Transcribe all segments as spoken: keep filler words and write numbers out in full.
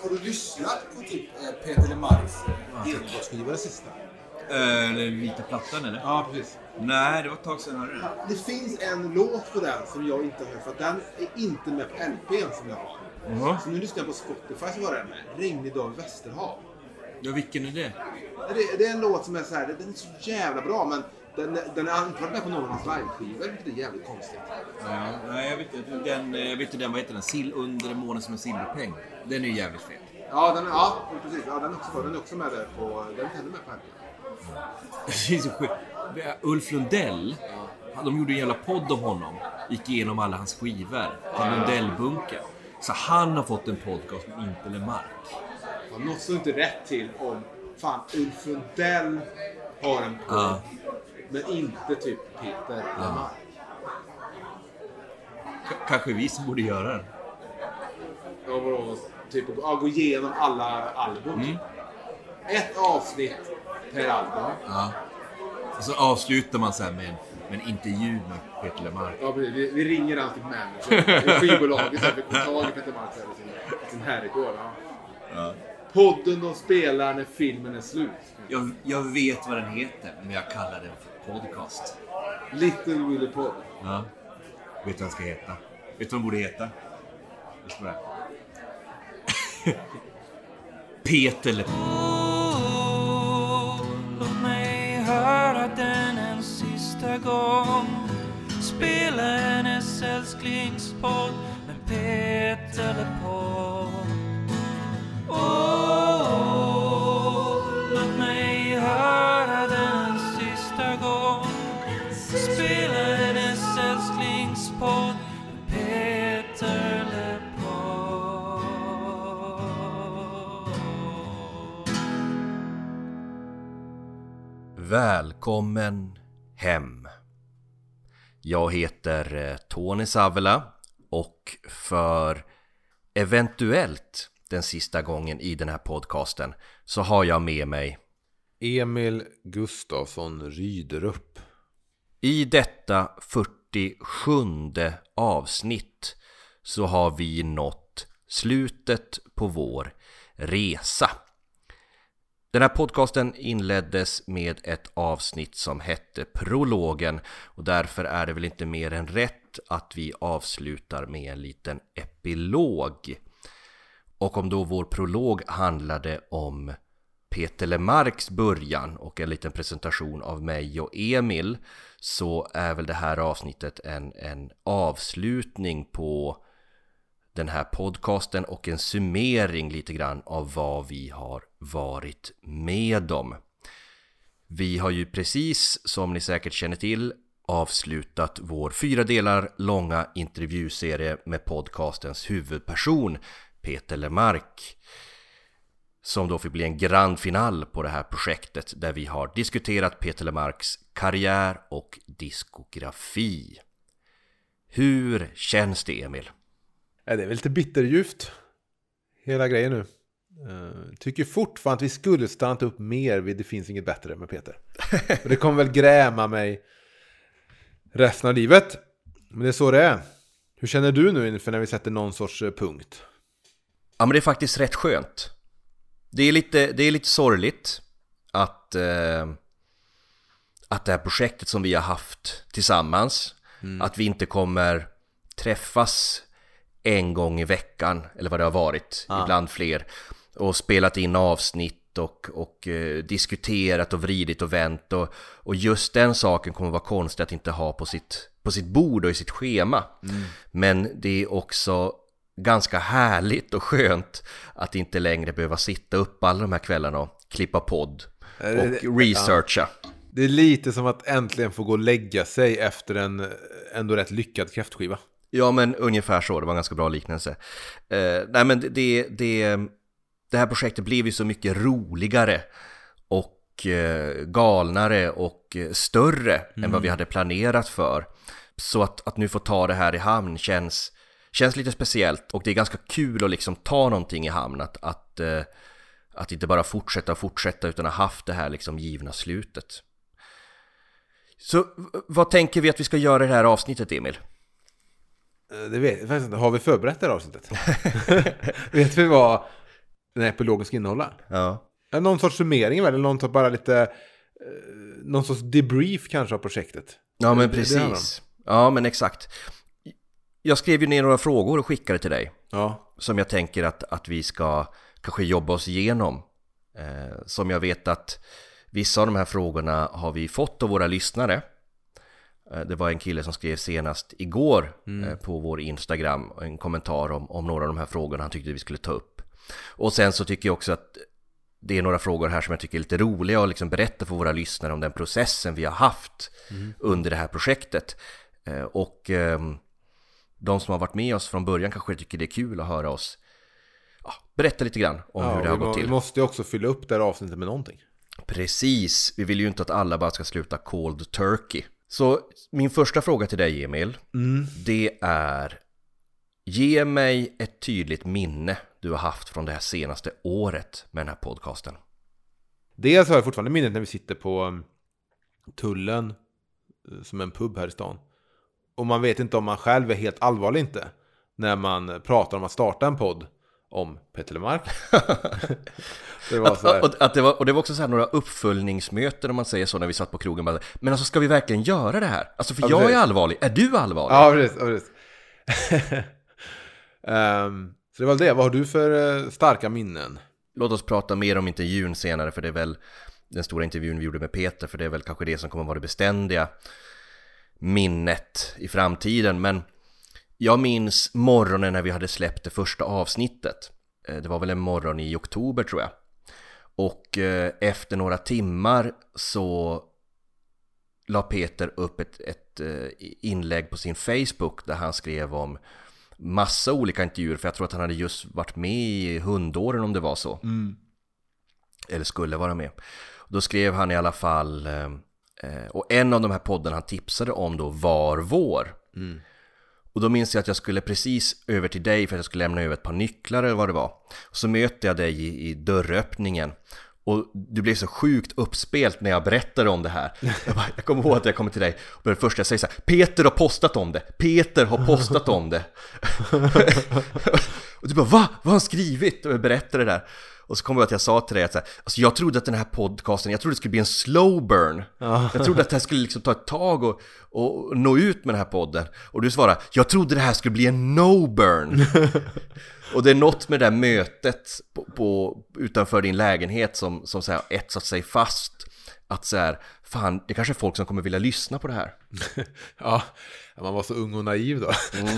har du lyssnat på typ Peter Lemarks endagsskiva, det sista? Äh, den vita plattan eller? Ja, precis. Nej, det var ett tag sedan hörde det. Det finns en låt på den som jag inte har hört, för att den är inte med på L P:n som jag har. Uh-huh. Så nu lyssnar jag på Spotify, så var den med Regnig dag i Västerhav. Ja, vilken är det? det? Det är en låt som är så här, den är så jävla bra, men den, den är inte med på någon av hans liveskivor, vilket är jävligt konstigt. Ja, nej, jag vet inte, den, jag vet inte den, vad heter den? Sill under en månad som en silverpeng. Den är ju jävligt fet. Ja, den, ja precis. Ja, den, är också, den är också med där på, den är inte med på L P. Det är så sjukt. Ulf Lundell, de gjorde en jävla podd om honom. Gick igenom alla hans skivor. Den Lundell-bunken. Så han har fått en podcast med inte Lemark. Ja, något står inte rätt till om fan Ulf Lundell har en podd. Ja. Men inte typ Peter ja. Lemark. K- kanske vi som borde göra den. Ja, vadå? Typ ja, gå igenom alla album. Mm. Ett avsnitt per album. Ja. Och så avslutar man så här med en, med en intervju med Peter Lemark. Ja, vi, vi ringer alltid manager i skivbolaget så att vi kommer tag i Peter Lemark eller sin, sin herrgård. Ja. Ja. Podden de spelar när filmen är slut. Jag, jag vet vad den heter, men jag kallar den för podcast. Little Willy Podd. Ja. Vet du vad den ska heta? Vet du vad den borde heta? Just det. Peter Lemark. Höra den en sista gång. Spela hennes älsklingspodd med Peter Lemark. Åh, låt mig höra den sista gång. Spela hennes älsklingspodd med Peter Lemark. Välkommen hem. Jag heter Tony Savela och för eventuellt den sista gången i den här podcasten så har jag med mig Emil Gustafsson Ryderup. I detta fyrtiosjunde avsnitt så har vi nått slutet på vår resa. Den här podcasten inleddes med ett avsnitt som hette Prologen och därför är det väl inte mer än rätt att vi avslutar med en liten epilog. Och om då vår prolog handlade om Peter Lemarks början och en liten presentation av mig och Emil, så är väl det här avsnittet en, en avslutning på den här podcasten och en summering lite grann av vad vi har varit med om. Vi har ju precis, som ni säkert känner till, avslutat vår fyra delar långa intervjuserie med podcastens huvudperson Peter Lemark, som då fick bli en grand final på det här projektet där vi har diskuterat Peter Lemarks karriär och diskografi. Hur känns det, Emil? Ja, det är väl lite bitterljuvt hela grejen nu. Uh, tycker fortfarande att vi skulle stannat upp mer vid Det finns inget bättre med Peter. Och det kommer väl gräma mig resten av livet. Men det är så det är. Hur känner du nu inför när vi sätter någon sorts punkt? Ja, men det är faktiskt rätt skönt. Det är lite, det är lite sorgligt att, uh, att det här projektet som vi har haft tillsammans, mm. att vi inte kommer träffas en gång i veckan, eller vad det har varit, ah. ibland fler, och spelat in avsnitt och, och eh, diskuterat och vridit och vänt, och, och just den saken kommer vara konstigt att inte ha på sitt, på sitt bord och i sitt schema. Mm. Men det är också ganska härligt och skönt att inte längre behöva sitta upp alla de här kvällarna och klippa podd och researcha. Ja. Det är lite som att äntligen få gå och lägga sig efter en ändå rätt lyckad kräftskiva. Ja, men ungefär så. Det var en ganska bra liknelse. Uh, nej, men det, det, det här projektet blev ju så mycket roligare och uh, galnare och uh, större mm. än vad vi hade planerat för. Så att, att nu få ta det här i hamn känns, känns lite speciellt. Och det är ganska kul att liksom ta någonting i hamn. Att, att, uh, att inte bara fortsätta och fortsätta utan ha haft det här liksom givna slutet. Så vad tänker vi att vi ska göra i det här avsnittet, Emil? Det vet jag faktiskt inte. Har vi förberett det här avsnittet? Vet vi vad den epilogen ska innehålla. Ja. Någon sorts summering eller någon sorts bara lite eh, någon sorts debrief kanske av projektet. Ja, men det, precis. Det ja, men exakt. Jag skrev ju ner några frågor och skickade till dig. Ja. Som jag tänker att, att vi ska kanske jobba oss igenom. Eh, som jag vet att vissa av de här frågorna har vi fått av våra lyssnare. Eh, det var en kille som skrev senast igår mm. eh, på vår Instagram en kommentar om, om några av de här frågorna han tyckte vi skulle ta upp. Och sen så tycker jag också att det är några frågor här som jag tycker är lite roliga och liksom berätta för våra lyssnare om den processen vi har haft mm. under det här projektet. Eh, och eh, de som har varit med oss från början kanske tycker det är kul att höra oss ja, berätta lite grann om ja, hur det har gått till. Vi måste ju också fylla upp det här avsnittet med någonting. Precis, vi vill ju inte att alla bara ska sluta cold turkey. Så min första fråga till dig, Emil, mm. det är: ge mig ett tydligt minne du har haft från det här senaste året med den här podcasten. Dels har jag fortfarande minnet när vi sitter på Tullen, som en pub här i stan. Och man vet inte om man själv är helt allvarlig inte när man pratar om att starta en podd om Peter Lemark. Det var så här. Att, att det var, och det var också så här några uppföljningsmöten, om man säger så, när vi satt på krogen. Bara, men alltså, ska vi verkligen göra det här? Alltså, för ja, jag är allvarlig. Är du allvarlig? Ja, precis. Ja, precis. um, så det var det. Vad har du för uh, starka minnen? Låt oss prata mer om intervjun senare, för det är väl den stora intervjun vi gjorde med Peter, för det är väl kanske det som kommer vara det beständiga minnet i framtiden. Men jag minns morgonen när vi hade släppt det första avsnittet. Det var väl en morgon i oktober, tror jag. Och efter några timmar så la Peter upp ett, ett inlägg på sin Facebook där han skrev om massa olika intervjuer, för jag tror att han hade just varit med i hundåren, om det var så. Mm. Eller skulle vara med. Då skrev han i alla fall, och en av de här poddarna han tipsade om då var vår. Mm. Och då minns jag att jag skulle precis över till dig för att jag skulle lämna över ett par nycklar eller vad det var. Och så mötte jag dig i, i dörröppningen. Och du blev så sjukt uppspelt när jag berättade om det här. Jag, bara, jag kommer ihåg att jag kommer till dig och det första jag säger så här: Peter har postat om det. Peter har postat om det. Och du bara, va? Vad har han skrivit? Och jag berättade det där. Och så kom jag att jag sa till dig att så här, alltså jag trodde att den här podcasten, jag trodde det skulle bli en slow burn. Jag trodde att det här skulle liksom ta ett tag och, och nå ut med den här podden. Och du svarade, jag trodde det här skulle bli en no burn. Och det är något med det där mötet på, på, utanför din lägenhet som, som så här etsat sig fast. Att så här, fan, det kanske är folk som kommer vilja lyssna på det här. Ja, man var så ung och naiv då. Mm.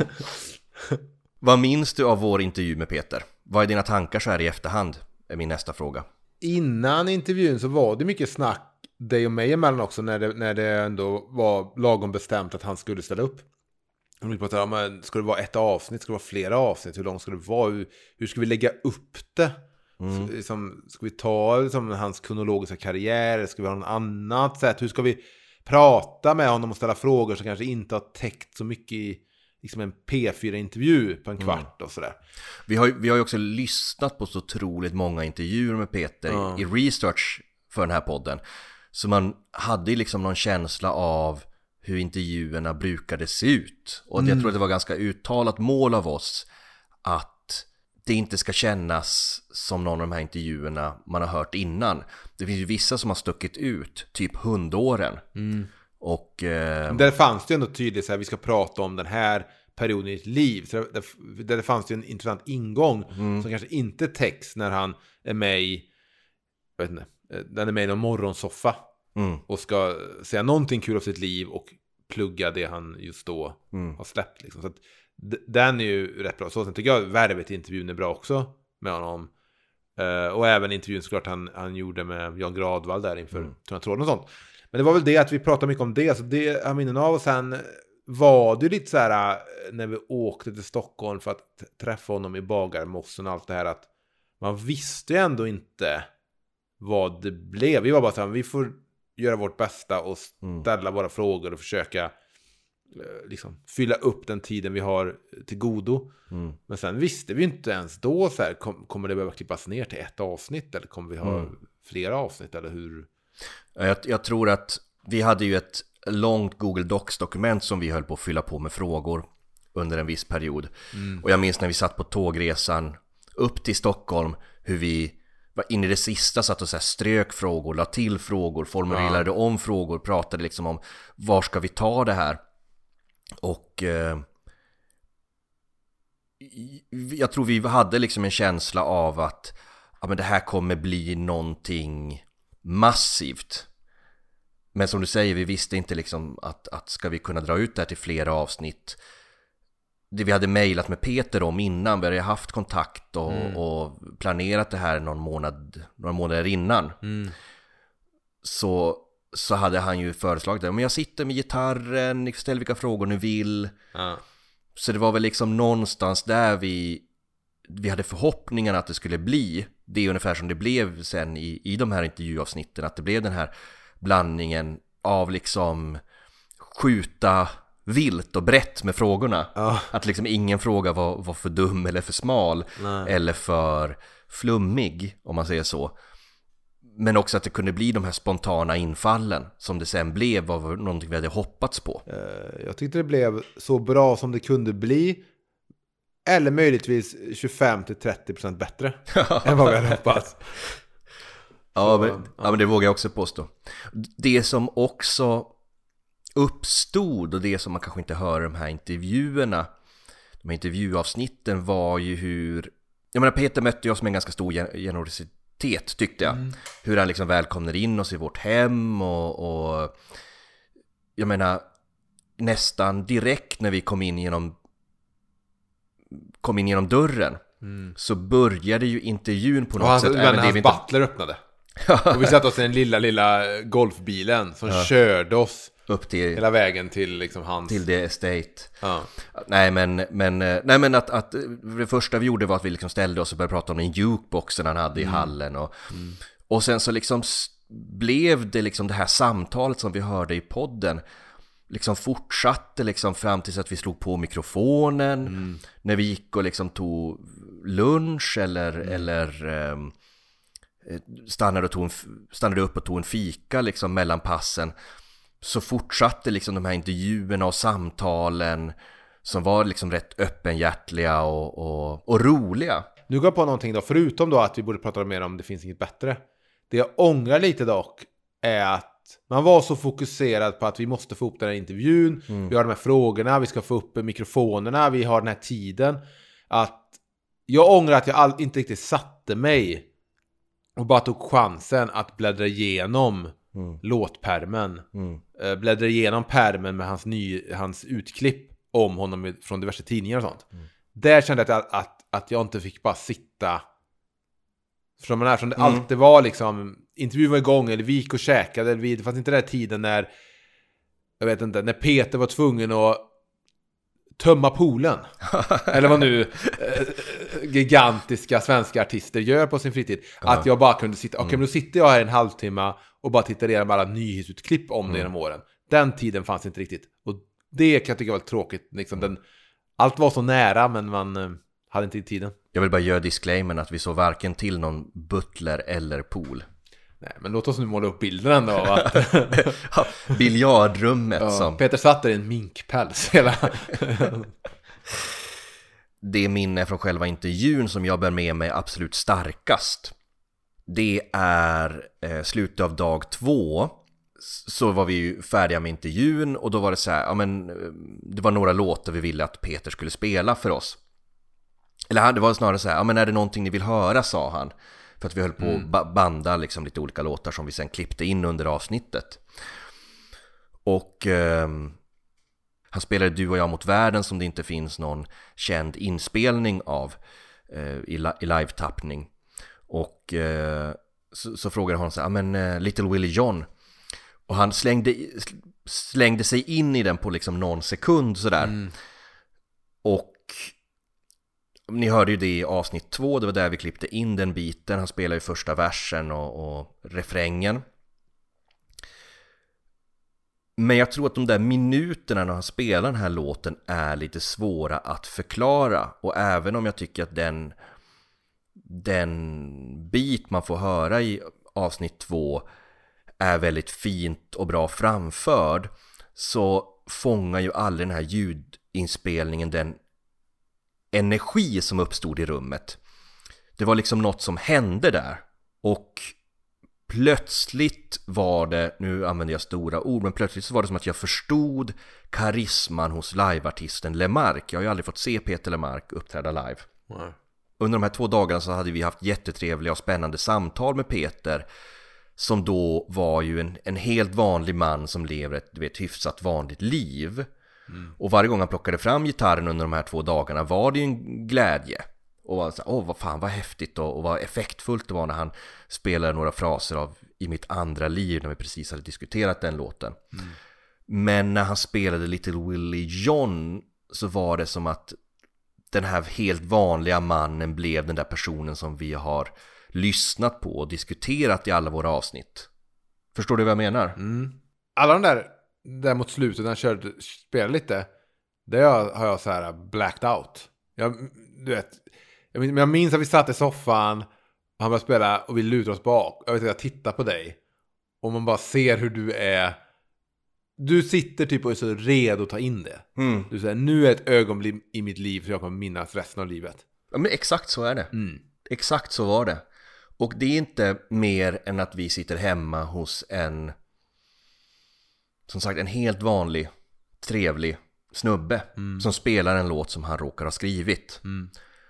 Vad minns du av vår intervju med Peter? Vad är dina tankar så här i efterhand? Är min nästa fråga. Innan intervjun så var det mycket snack dig och mig emellan också, när det, när det ändå var lagom bestämt att han skulle ställa upp. Vi pratade om, ja, ska det vara ett avsnitt, ska det vara flera avsnitt, hur långt ska det vara, hur, hur ska vi lägga upp det? Mm. Så, liksom, ska vi ta liksom, hans kronologiska karriär, ska vi ha något annat sätt, hur ska vi prata med honom och ställa frågor som kanske inte har täckt så mycket i liksom en P fyra-intervju på en kvart mm. och sådär. Vi har, vi har ju också lyssnat på så otroligt många intervjuer med Peter mm. i research för den här podden. Så man hade ju liksom någon känsla av hur intervjuerna brukade se ut. Och att mm. jag tror att det var ganska uttalat mål av oss att det inte ska kännas som någon av de här intervjuerna man har hört innan. Det finns ju vissa som har stuckit ut, typ hundåren. Mm. Och, eh... där fanns det ändå tydligt så här, vi ska prata om den här perioden i ett liv. Så där, där det fanns det en intressant ingång mm. som kanske inte täcks när han är med i, jag vet inte, den är med i någon morgonsoffa mm. och ska säga någonting kul av sitt liv och plugga det han just då mm. har släppt. Liksom. Så att, d- den är ju rätt bra. Så sen tycker jag värvet i intervjun är bra också med honom. Uh, och även intervjun såklart han, han gjorde med Jan Gradvall där inför mm. tråden och sånt. Men det var väl det att vi pratade mycket om det. Så det har minnen av. Och sen var det ju lite så här när vi åkte till Stockholm för att träffa honom i Bagarmossen och allt det här, att man visste ju ändå inte vad det blev. Vi var bara så här, vi får göra vårt bästa och ställa mm. våra frågor och försöka liksom fylla upp den tiden vi har till godo. Mm. Men sen visste vi inte ens då så här, kom, kommer det behöva klippas ner till ett avsnitt eller kommer vi ha mm. flera avsnitt eller hur? Jag, jag tror att vi hade ju ett långt Google Docs-dokument som vi höll på att fylla på med frågor under en viss period. Mm. Och jag minns när vi satt på tågresan upp till Stockholm, hur vi var in i det sista satt och så här strök frågor, la till frågor, formulerade ja. om frågor, pratade liksom om var ska vi ta det här. Och eh, jag tror vi hade liksom en känsla av att ja, men det här kommer bli någonting massivt. Men som du säger, vi visste inte liksom att, att ska vi kunna dra ut det här till flera avsnitt. Det vi hade mejlat med Peter om innan, vi hade haft kontakt och, mm. och planerat det här någon månad, några månader innan. Mm. Så, så hade han ju föreslagit det. Men jag sitter med gitarren, ni får ställa vilka frågor ni vill. Ja. Så det var väl liksom någonstans där vi, vi hade förhoppningarna att det skulle bli. Det är ungefär som det blev sen i, i de här intervjuavsnitten. Att det blev den här blandningen av liksom skjuta vilt och brett med frågorna. Oh. Att liksom ingen fråga var, var för dum eller för smal. Nej. Eller för flummig, om man säger så. Men också att det kunde bli de här spontana infallen som det sen blev, var någonting vi hade hoppats på. Jag tyckte det blev så bra som det kunde bli. Eller möjligtvis tjugofem till trettio procent bättre än vad vi hade hoppats. Ja, men, ja. ja, men det vågar jag också påstå. Det som också uppstod, och det som man kanske inte hör i de här intervjuerna, de här intervjuavsnitten, var ju hur... Jag menar, Peter mötte oss med en ganska stor generositet, tyckte jag. Mm. Hur han liksom välkomnade in oss i vårt hem och, och... Jag menar, nästan direkt när vi kom in genom... kom in genom dörren, mm. så började ju intervjun på något han, sätt. Men även hans det vi inte... butler öppnade. Och vi satt oss i den lilla, lilla golfbilen som ja. körde oss upp till, hela vägen till liksom hans... till the estate. Ja. Nej, men, men, nej, men att, att det första vi gjorde var att vi liksom ställde oss och började prata om den jukeboxen han hade i mm. hallen. Och, mm. och sen så liksom blev det liksom det här samtalet som vi hörde i podden liksom fortsatte liksom fram tills att vi slog på mikrofonen. Mm. När vi gick och liksom tog lunch eller, mm. eller um, stannade, och tog en, stannade upp och tog en fika liksom mellan passen, så fortsatte liksom de här intervjuerna och samtalen som var liksom rätt öppenhjärtliga och, och, och roliga. Nu går jag på någonting då, förutom då att vi borde prata mer om det finns inget bättre. Det jag ångrar lite dock är att man var så fokuserad på att vi måste få upp den här intervjun, mm. vi har de här frågorna, vi ska få upp mikrofonerna, vi har den här tiden, att jag ångrar att jag all, inte riktigt satte mig och bara tog chansen att bläddra igenom mm. låtpärmen. Mm. Bläddra igenom pärmen med hans, ny, hans utklipp om honom från diverse tidningar och sånt. Mm. Där kände jag att, att, att jag inte fick bara sitta från den här, som det mm. alltid var liksom, intervjun var igång eller vi gick och käkade, eller vi, det fanns inte den här tiden när jag vet inte, när Peter var tvungen att tömma poolen. Eller vad nu eh, gigantiska svenska artister gör på sin fritid. Ja. Att jag bara kunde sitta, okej okay, mm. men då sitter jag här en halvtimme och bara tittar igenom alla nyhetsutklipp om mm. det genom åren. Den tiden fanns inte riktigt. Och det kan jag tycka var tråkigt. Liksom den, allt var så nära, men man eh, hade inte tiden. Jag vill bara göra disclaimen att vi så varken till någon butler eller pool. Nej, men låt oss nu måla upp bilden då. Att... ja, biljardrummet ja, som... Peter satt där i en minkpäls hela... Det minne från själva intervjun som jag bär med mig absolut starkast. Det är eh, slutet av dag två. Så var vi ju färdiga med intervjun. Och då var det så här, ja men det var några låtar vi ville att Peter skulle spela för oss. Eller det var snarare så här, ja men är det någonting ni vill höra, sa han. För att vi höll på mm. att banda liksom lite olika låtar som vi sen klippte in under avsnittet. Och eh, han spelade Du och jag mot världen, som det inte finns någon känd inspelning av eh, i, li- i live-tappning. Och eh, så, så frågade han så här, men eh, Little Willie John. Och han slängde, slängde sig in i den på liksom någon sekund sådär. Mm. Och ni hörde ju det i avsnitt två, det var där vi klippte in den biten. Han spelar ju första versen och, och refrängen. Men jag tror att de där minuterna när han spelar den här låten är lite svåra att förklara. Och även om jag tycker att den, den bit man får höra i avsnitt två är väldigt fint och bra framförd, så fångar ju aldrig den här ljudinspelningen den energi som uppstod i rummet. det var liksom något som hände där. Och plötsligt var det, nu använder jag stora ord, men plötsligt så var det som att jag förstod karisman hos liveartisten Lemark. Jag har ju aldrig fått se Peter Lemark uppträda live. Nej. Under de här två dagarna så hade vi haft jättetrevliga och spännande samtal med Peter, som då var ju en, en helt vanlig man som lever ett, du vet, hyfsat vanligt liv. Mm. Och varje gång han plockade fram gitarren under de här två dagarna var det ju en glädje. Och var så här, åh vad fan vad häftigt och, och vad effektfullt det var när han spelade några fraser av I mitt andra liv, när vi precis hade diskuterat den låten. Mm. Men när han spelade Little Willie John så var det som att den här helt vanliga mannen blev den där personen som vi har lyssnat på och diskuterat i alla våra avsnitt. Förstår du vad jag menar? Mm. Alla de där, där mot slutet när han körde, spelade lite, det har jag så här blacked out. Jag, du vet, jag, jag minns att vi satt i soffan och han började spela och vi lutar oss bak. Jag vet att jag tittar på dig och man bara ser hur du är. Du sitter typ och är så redo att ta in det. Mm. Du säger, nu är ett ögonblick i mitt liv för jag kommer minnas resten av livet. Ja, men exakt så är det. Mm. Exakt så var det. Och det är inte mer än att vi sitter hemma hos en, som sagt, en helt vanlig, trevlig snubbe mm. som spelar en låt som han råkar ha skrivit. Mm.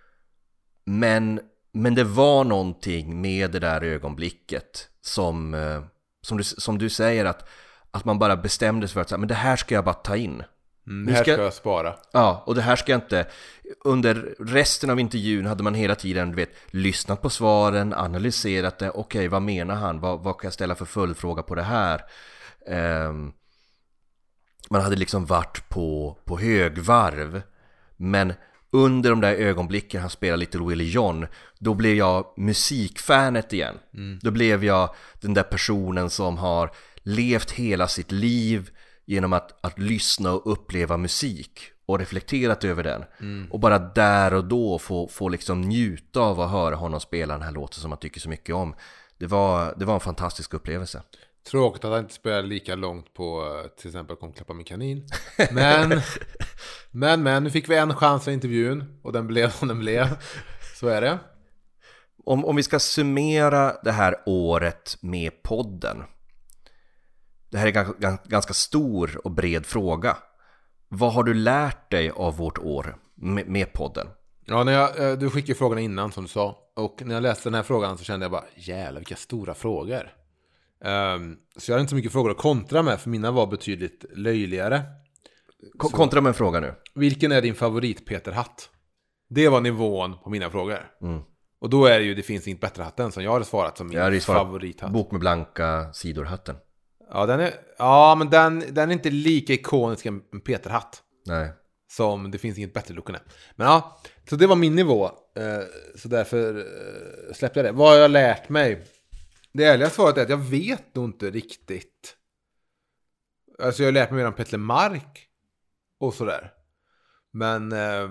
Men, men det var någonting med det där ögonblicket som, som, du, som du säger att Att man bara bestämde sig för att säga, men det här ska jag bara ta in. Mm, det här ska, ska jag spara. Ja, och det här ska jag inte. Under resten av intervjun hade man hela tiden, du vet, lyssnat på svaren, analyserat det. Okej, okay, vad menar han? Vad, vad kan jag ställa för följdfråga på det här? Um, man hade liksom varit på, på högvarv. Men under de där ögonblicken han spelade Little Willie John, då blev jag musikfanet igen. Mm. Då blev jag den där personen som har levt hela sitt liv genom att, att lyssna och uppleva musik och reflekterat över den. Mm. Och bara där och då få, få liksom njuta av att höra honom spela den här låten som man tycker så mycket om. Det var, det var en fantastisk upplevelse. Tråkigt att han inte spelade lika långt på till exempel Kom klappa min kanin. Men, men, men nu fick vi en chans i intervjun och den blev som den blev. Så är det. Om, om vi ska summera det här året med podden. Det här är en ganska stor och bred fråga. Vad har du lärt dig av vårt år med, med podden? Ja, när jag, du skickade frågorna innan som du sa. Och när jag läste den här frågan så kände jag bara, jävlar vilka stora frågor. Um, så jag hade inte så mycket frågor att kontra med, för mina var betydligt löjligare. K- kontra med en fråga nu. Vilken är din favorit Peter Hatt? Det var nivån på mina frågor. Mm. Och då är det ju, det finns inget bättre hatten som jag hade svarat som min jag hade favorithatt. Bok med blanka sidor hatten. Ja, den är, ja, men den, den är inte lika ikonisk en Peter Hatt. Nej. Som det finns inget bättre look än. Men ja, så det var min nivå. Så därför släppte jag det. Vad har jag lärt mig? Det ärliga svaret är att jag vet nog inte riktigt. Alltså jag har lärt mig mer om Peter Mark och sådär. Men eh,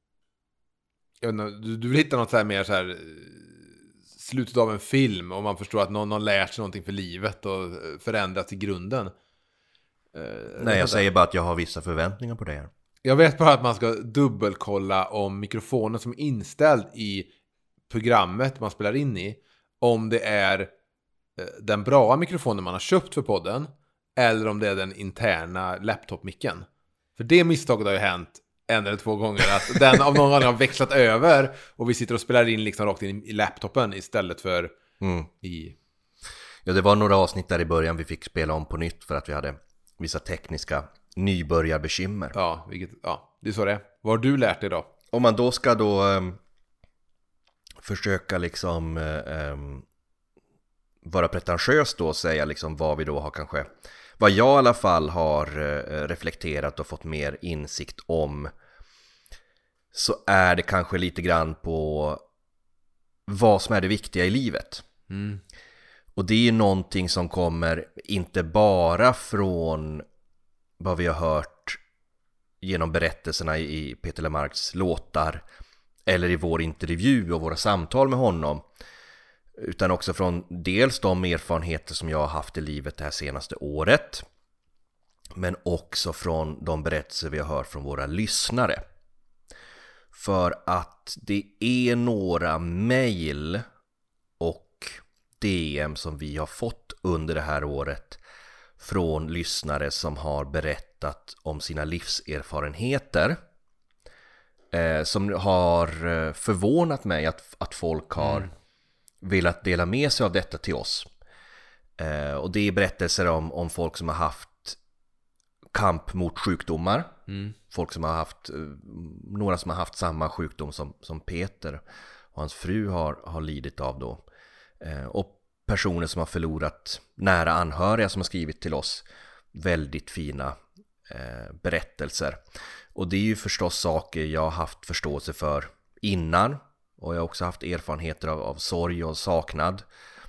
jag vet inte, du, du vill hitta något så här mer så här slutet av en film och man förstår att någon har lärt sig någonting för livet och förändrats i grunden. Eh, Nej, jag säger bara att jag har vissa förväntningar på det här. Jag vet bara att man ska dubbelkolla om mikrofonen som är inställd i programmet man spelar in i, om det är den bra mikrofonen man har köpt för podden eller om det är den interna laptop-micken. För det misstaget har ju hänt en eller två gånger att den av någon annan har växlat över och vi sitter och spelar in liksom rakt in i laptopen istället för mm. i... Ja, det var några avsnitt där i början vi fick spela om på nytt för att vi hade vissa tekniska nybörjarbekymmer. Ja, vilket, ja, det är så det är. Vad har du lärt dig då? Om man då ska då um, försöka liksom um, vara pretentiös då och säga liksom vad vi då har kanske, vad jag i alla fall har uh, reflekterat och fått mer insikt om, så är det kanske lite grann på vad som är det viktiga i livet. Mm. Och det är någonting som kommer inte bara från vad vi har hört genom berättelserna i Peter Lemarks låtar eller i vår intervju och våra samtal med honom, utan också från dels de erfarenheter som jag har haft i livet det här senaste året, men också från de berättelser vi har hört från våra lyssnare. för att det är några mejl och D M som vi har fått under det här året från lyssnare som har berättat om sina livserfarenheter. Eh, som har förvånat mig att, att folk har mm. velat dela med sig av detta till oss. Eh, och det är berättelser om, om folk som har haft kamp mot sjukdomar. Mm. Folk som har haft, några som har haft samma sjukdom som, som Peter och hans fru har, har lidit av då. Eh, och personer som har förlorat nära anhöriga som har skrivit till oss väldigt fina eh, berättelser. Och det är ju förstås saker jag har haft förståelse för innan. Och jag har också haft erfarenheter av, av sorg och saknad.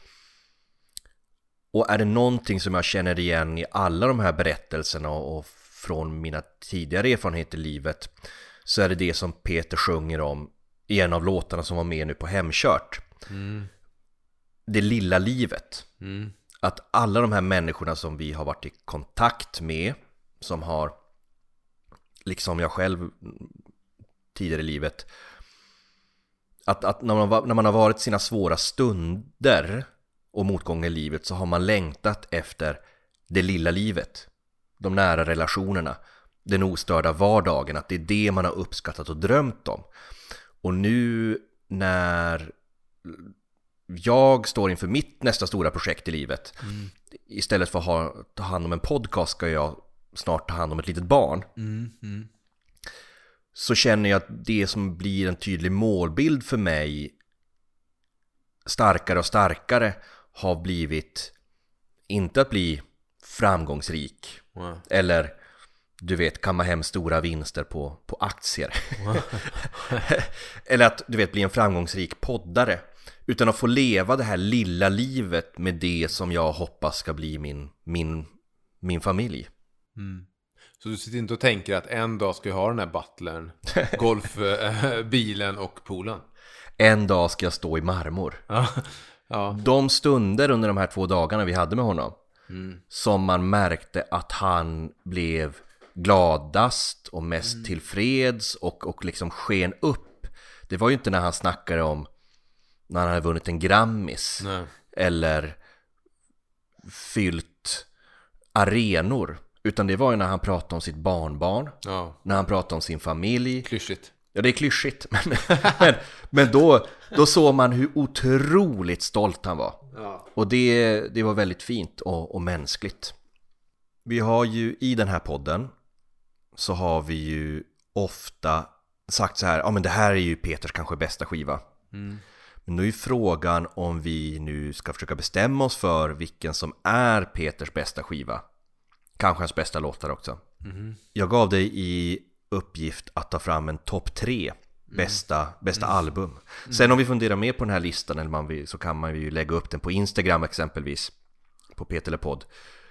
Och är det någonting som jag känner igen i alla de här berättelserna och, och från mina tidigare erfarenheter i livet, så är det det som Peter sjunger om i en av låtarna som var med nu på Hemkört. Mm. Det lilla livet. Mm. Att alla de här människorna som vi har varit i kontakt med, som har, liksom jag själv tidigare i livet, att, att när, man, när man har varit sina svåra stunder och motgångar i livet, så har man längtat efter det lilla livet, de nära relationerna, den ostörda vardagen, att det är det man har uppskattat och drömt om. Och nu när jag står inför mitt nästa stora projekt i livet, mm. istället för att ha, ta hand om en podcast, ska jag snart ta hand om ett litet barn. Mm. Mm. Så känner jag att det som blir en tydlig målbild för mig starkare och starkare har blivit inte att bli framgångsrik. Wow. Eller du vet, kamma hem stora vinster på, på aktier. Wow. Eller att du vet, bli en framgångsrik poddare. Utan att få leva det här lilla livet med det som jag hoppas ska bli min, min, min familj. Mm. Så du sitter inte och tänker att en dag ska jag ha den här butlern, golfbilen och poolen? En dag ska jag stå i marmor. Ja. Ja. De stunder under de här två dagarna vi hade med honom, mm. som man märkte att han blev gladast och mest mm. tillfreds och, och liksom sken upp. Det var ju inte när han snackade om när han hade vunnit en Grammis. Nej. Eller fyllt arenor, utan det var ju när han pratade om sitt barnbarn, ja. När han pratade om sin familj. Klyschigt. Ja, det är klyschigt. Men, men, men då, då såg man hur otroligt stolt han var. Ja. Och det, det var väldigt fint och, och mänskligt. Vi har ju i den här podden, så har vi ju ofta sagt så här: ja, men det här är ju Peters kanske bästa skiva. Mm. Men nu är frågan om vi nu ska försöka bestämma oss för vilken som är Peters bästa skiva. Kanske hans bästa låtar också. Mm. Jag gav dig i uppgift att ta fram en topp tre bästa, mm. bästa mm. album. Mm. Sen om vi funderar mer på den här listan, eller man vill, så kan man ju lägga upp den på Instagram exempelvis, på Peterlepodd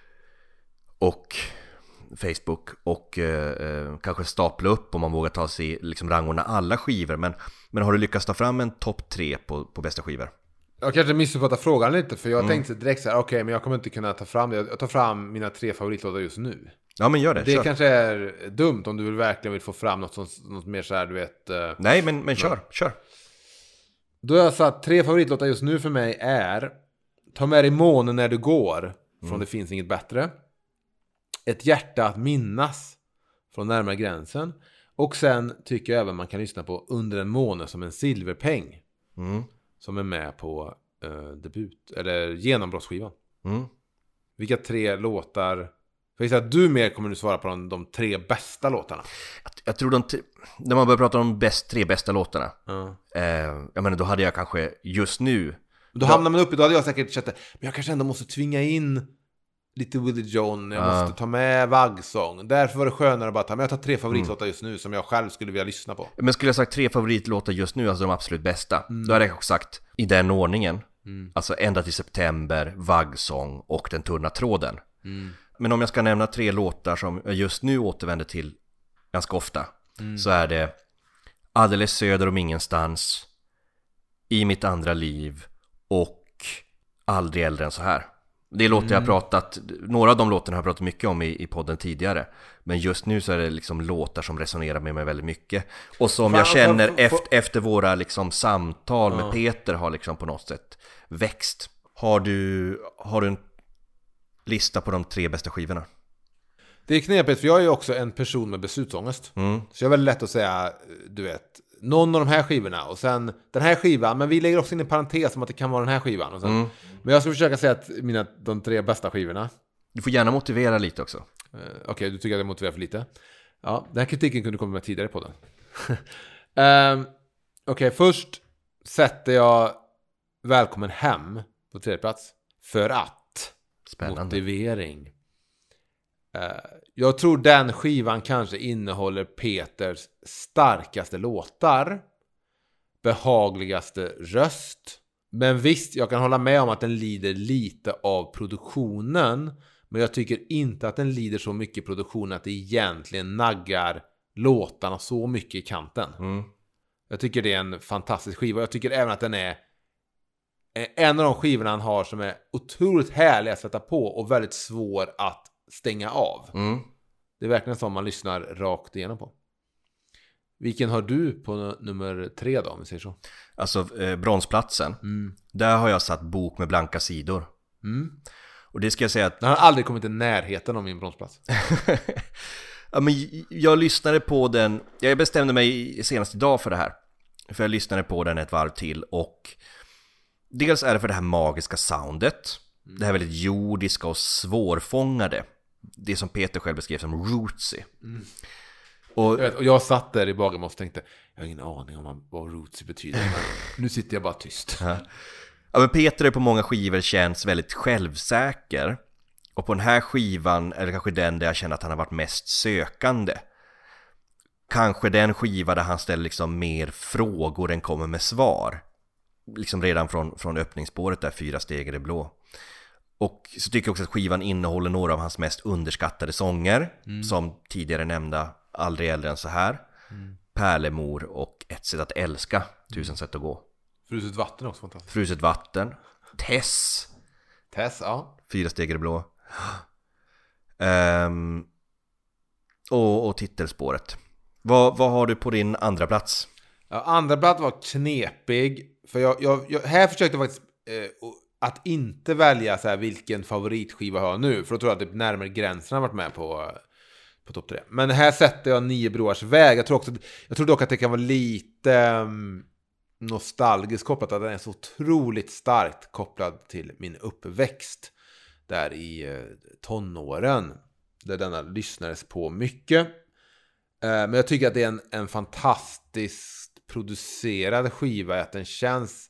och Facebook, och eh, kanske stapla upp om man vågar ta sig liksom rangorna alla skivor. Men, men har du lyckats ta fram en topp tre på, på bästa skivor? Jag kanske missuppfattar frågan lite, för jag mm. tänkte direkt så här: okej, okay, men jag kommer inte kunna ta fram det. Jag tar fram mina tre favoritlåtar just nu. Ja, men gör det. Det kör. Kanske är dumt om du vill verkligen vill få fram något, som, något mer så här, du vet. Uh, Nej, men, men kör, kör. Då har jag satt tre favoritlåtar just nu för mig är Ta med dig månen när du går, från mm. Det finns inget bättre. Ett hjärta att minnas, från Närmare gränsen. Och sen tycker jag även man kan lyssna på Under en måne som en silverpeng. Mm. Som är med på uh, debut, eller genombrottsskivan. Mm. Vilka tre låtar? För jag att du mer kommer nu svara på de, de tre bästa låtarna. Jag, jag tror de t- när man börjar prata om bäst, tre bästa låtarna, mm. eh, jag menar, då hade jag kanske just nu. Då hamnar man uppe, då hade jag säkert känt, men jag kanske ändå måste tvinga in lite Willie John. Jag mm. måste ta med Vaggsång. Därför var det skönare att bara ta med. Jag tar tre favoritlåtar mm. just nu som jag själv skulle vilja lyssna på. Men skulle jag sagt tre favoritlåtar just nu, alltså de absolut bästa, mm. då hade jag också sagt i den ordningen. Mm. Alltså Ända till september, Vaggsång och Den tunna tråden. Mm. Men om jag ska nämna tre låtar som jag just nu återvänder till ganska ofta, mm. så är det Alldeles söder om ingenstans, I mitt andra liv och Aldrig äldre än så här. Det är låtar mm. jag har pratat, några av de låtarna har jag pratat mycket om i, i podden tidigare. Men just nu så är det liksom låtar som resonerar med mig väldigt mycket. Och som fan, jag känner fan, fan, efter, efter våra liksom samtal ja. med Peter har liksom på något sätt växt. Har du, har du en lista på de tre bästa skivorna? Det är knepigt, för jag är ju också en person med beslutsångest. Mm. Så jag är väldigt lätt att säga, du vet, någon av de här skivorna och sen den här skivan, men vi lägger också in en parentes om att det kan vara den här skivan och sen, mm. men jag ska försöka säga att mina, de tre bästa skivorna. Du får gärna motivera lite också. uh, Okej, okay, du tycker att jag motiverar för lite. Ja, den här kritiken kunde komma med tidigare på den. um, Okej, okay, först sätter jag Välkommen hem på tredje plats. För att Spännande. Motivering. uh, Jag tror den skivan kanske innehåller Peters starkaste låtar, behagligaste röst. Men visst, jag kan hålla med om att den lider lite av produktionen. Men jag tycker inte att den lider så mycket produktion att det egentligen naggar låtarna så mycket i kanten. Mm. Jag tycker det är en fantastisk skiva. Jag tycker även att den är en av de skivorna han har som är otroligt härlig att sätta på och väldigt svår att stänga av. Mm. Det är verkligen som man lyssnar rakt igenom på. Vilken har du på nummer tre då, om vi säger så? Alltså eh, bronsplatsen. Mm. Där har jag satt Bok med blanka sidor. Mm. Och det ska jag säga att den har aldrig kommit i närheten av min bronsplats. Ja, men jag lyssnade på den. Jag bestämde mig senast idag för det här. För jag lyssnade på den ett varv till. Och dels är det för det här magiska soundet. Mm. Det här väldigt jordiska och svårfångade. Det som Peter själv beskrev som rootsy. Mm. Och, jag vet, och jag satt där i Bagarmoss och tänkte, jag har ingen aning om vad rootsy betyder. Men nu sitter jag bara tyst. Ja. Ja, men Peter är på många skivor känns väldigt självsäker. Och på den här skivan är det kanske den där jag känner att han har varit mest sökande. Kanske den skiva där han ställer liksom mer frågor än kommer med svar. Liksom redan från, från öppningsspåret där, Fyra steg i det blå. Och så tycker jag också att skivan innehåller några av hans mest underskattade sånger. Mm. Som tidigare nämnda, Aldrig äldre än så här. Mm. Pärlemor och Ett sätt att älska, Tusen sätt att gå. Fruset vatten också fantastiskt. Fruset vatten. Tess. Tess, ja. Fyra steg i det blå. Um, och, och titelspåret. Vad, vad har du på din andra plats? Ja, andra plats var knepig. För jag, jag, jag här försökte jag faktiskt eh, att inte välja så här, vilken favoritskiva jag har nu. För då tror jag att typ närmare gränsen har varit med på, på topp tre. Men här sätter jag Nio broars väg. Jag tror, också, jag tror dock att det kan vara lite um, nostalgiskt kopplat. Att den är så otroligt starkt kopplad till min uppväxt. Där i eh, tonåren. Där denna lyssnades på mycket. Eh, men jag tycker att det är en, en fantastiskt producerad skiva. Att den känns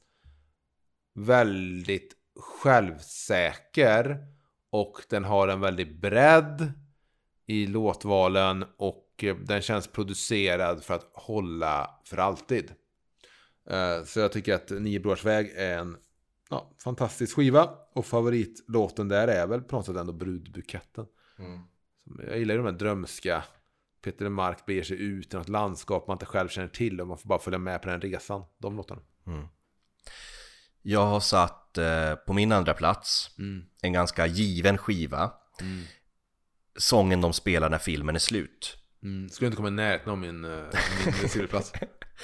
väldigt självsäker. Och den har en väldigt bredd i låtvalen. Och eh, den känns producerad för att hålla för alltid. Eh, så jag tycker att Nio broars väg är en ja, fantastisk skiva. Och favoritlåten där är väl på något sätt ändå Brudbuketten. Mm. Jag gillar ju de här drömska. Peter Mark beger sig ut i något landskap man inte själv känner till. Och man får bara följa med på den resan. De låtarna. Mm. Jag har satt eh, på min andra plats mm. en ganska given skiva. Mm. Sången de spelar när filmen är slut. Mm. Skulle inte komma i närheten av min, uh, min silverplats.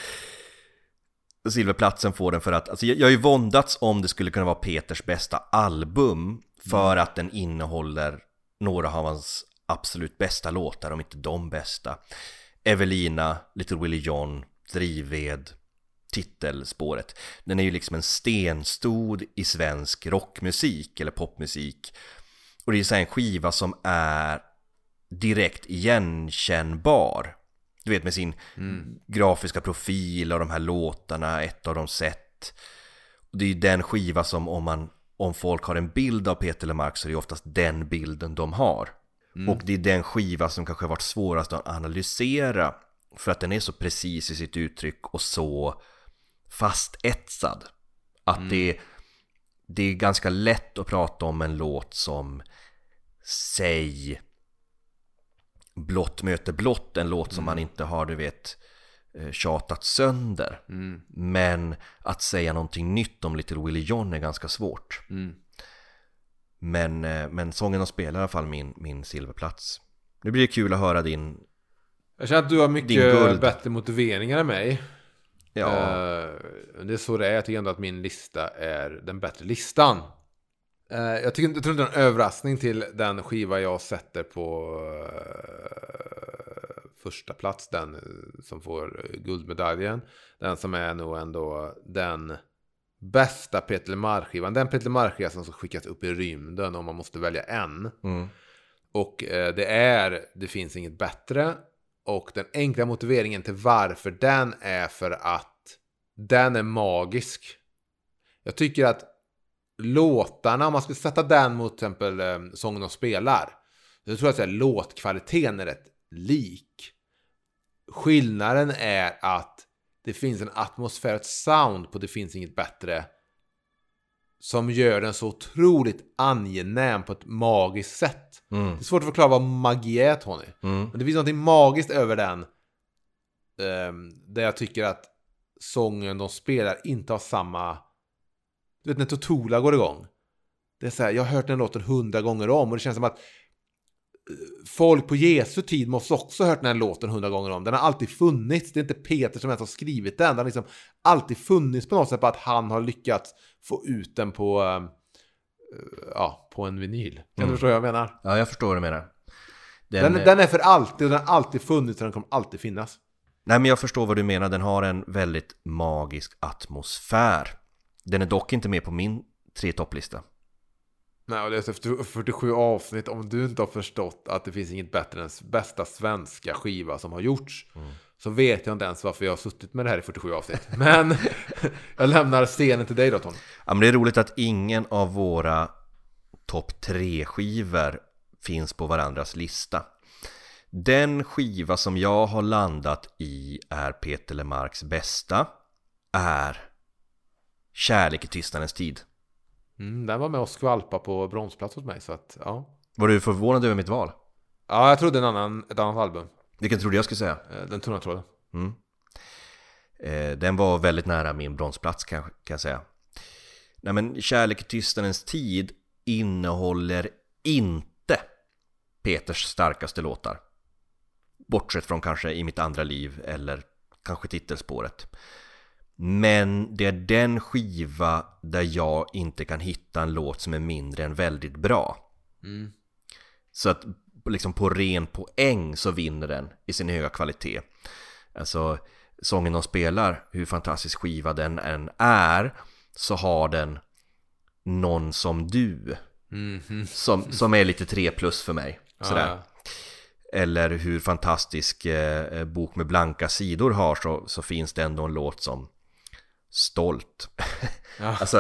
Silverplatsen får den för att alltså jag, jag har ju våndats om det skulle kunna vara Peters bästa album. För mm. att den innehåller några av hans absolut bästa låtar, om inte de bästa. Evelina, Little Willie John, Drivved, titelspåret. Den är ju liksom en stenstod i svensk rockmusik eller popmusik. Och det är så här en skiva som är direkt igenkännbar. Du vet, med sin mm. grafiska profil och de här låtarna, ett av dem sett. Och det är ju den skiva som om man om folk har en bild av Peter Lemark så är det oftast den bilden de har. Mm. Och det är den skiva som kanske har varit svårast att analysera för att den är så precis i sitt uttryck och så fastetsad. Att mm. det, det är ganska lätt att prata om en låt som säg Blått möter blått, en låt som mm. man inte har, du vet, tjatat sönder. Mm. Men att säga någonting nytt om Little Willie John är ganska svårt. Mm. Men, men sången de spelar i alla fall min, min silverplats. Nu blir det kul att höra din. Jag känner att du har mycket bättre motiveringar än mig. Ja. Uh, det är så det är. Jag tycker ändå att min lista är den bättre listan. Uh, jag, tycker, jag tror inte det är en överraskning till den skiva jag sätter på uh, första plats. Den uh, som får uh, guldmedaljen. Den som är nog ändå den bästa Peter Lemar-skivan. Den Peter Lemar-skivan som skickas upp i rymden om man måste välja en. Mm. Och uh, det är Det finns inget bättre. Och den enkla motiveringen till varför den är för att den är magisk. Jag tycker att låtarna, om man skulle sätta den mot till exempel eh, sången de spelar, så tror jag att låtkvaliteten är rätt lik. Skillnaden är att det finns en atmosfär, ett sound på Det finns inget bättre som gör den så otroligt angenäm på ett magiskt sätt. Mm. Det är svårt att förklara vad magi är, Tony. Mm. Men det finns något magiskt över den. Um, där jag tycker att sången de spelar inte har samma... Du vet när Totola går igång. Det är så här, jag har hört den låten hundra gånger om. Och det känns som att folk på Jesu tid måste också ha hört den här låten hundra gånger om. Den har alltid funnits. Det är inte Peter som ens har skrivit den. Den har liksom alltid funnits på något sätt, på att han har lyckats få ut den på, uh, ja, på en vinyl. Kan mm. du förstå vad jag menar? Ja, jag förstår vad du menar. Den, den, den är för alltid, och den har alltid funnits och den kommer alltid finnas. Nej, men jag förstår vad du menar. Den har en väldigt magisk atmosfär. Den är dock inte med på min tre topplista. Nej, och det är efter fyrtiosju avsnitt. Om du inte har förstått att det finns inget bättre än den bästa svenska skiva som har gjorts, mm. så vet jag inte ens varför jag har suttit med det här i fyrtiosju avsnitt. Men jag lämnar scenen till dig då, Tom. Ja, men det är roligt att ingen av våra topp tre skivor finns på varandras lista. Den skiva som jag har landat i är Peter Lemarks bästa, är Kärlek i tystnadens tid. Mm, den var med och skvalpa på bronsplats hos mig, så att, ja. Var du förvånad över mitt val? Ja, jag trodde en annan, ett annat album. Vilken trodde jag skulle säga? Den tunna tråden. Mm. Eh, den var väldigt nära min bronsplats, kan, kan jag säga. Nej, men Kärlek i tystnadens tid innehåller inte Peters starkaste låtar. Bortsett från kanske I mitt andra liv eller kanske titelspåret. Men det är den skiva där jag inte kan hitta en låt som är mindre än väldigt bra. Mm. Så att liksom på ren poäng så vinner den i sin höga kvalitet. Alltså sången de spelar, hur fantastisk skiva den än är, så har den Någon som du. Mm-hmm. Som, som är lite tre plus för mig. Sådär. Ah. Eller hur fantastisk eh, Bok med blanka sidor har, så, så finns det ändå en låt som Stolt. Ja. Alltså,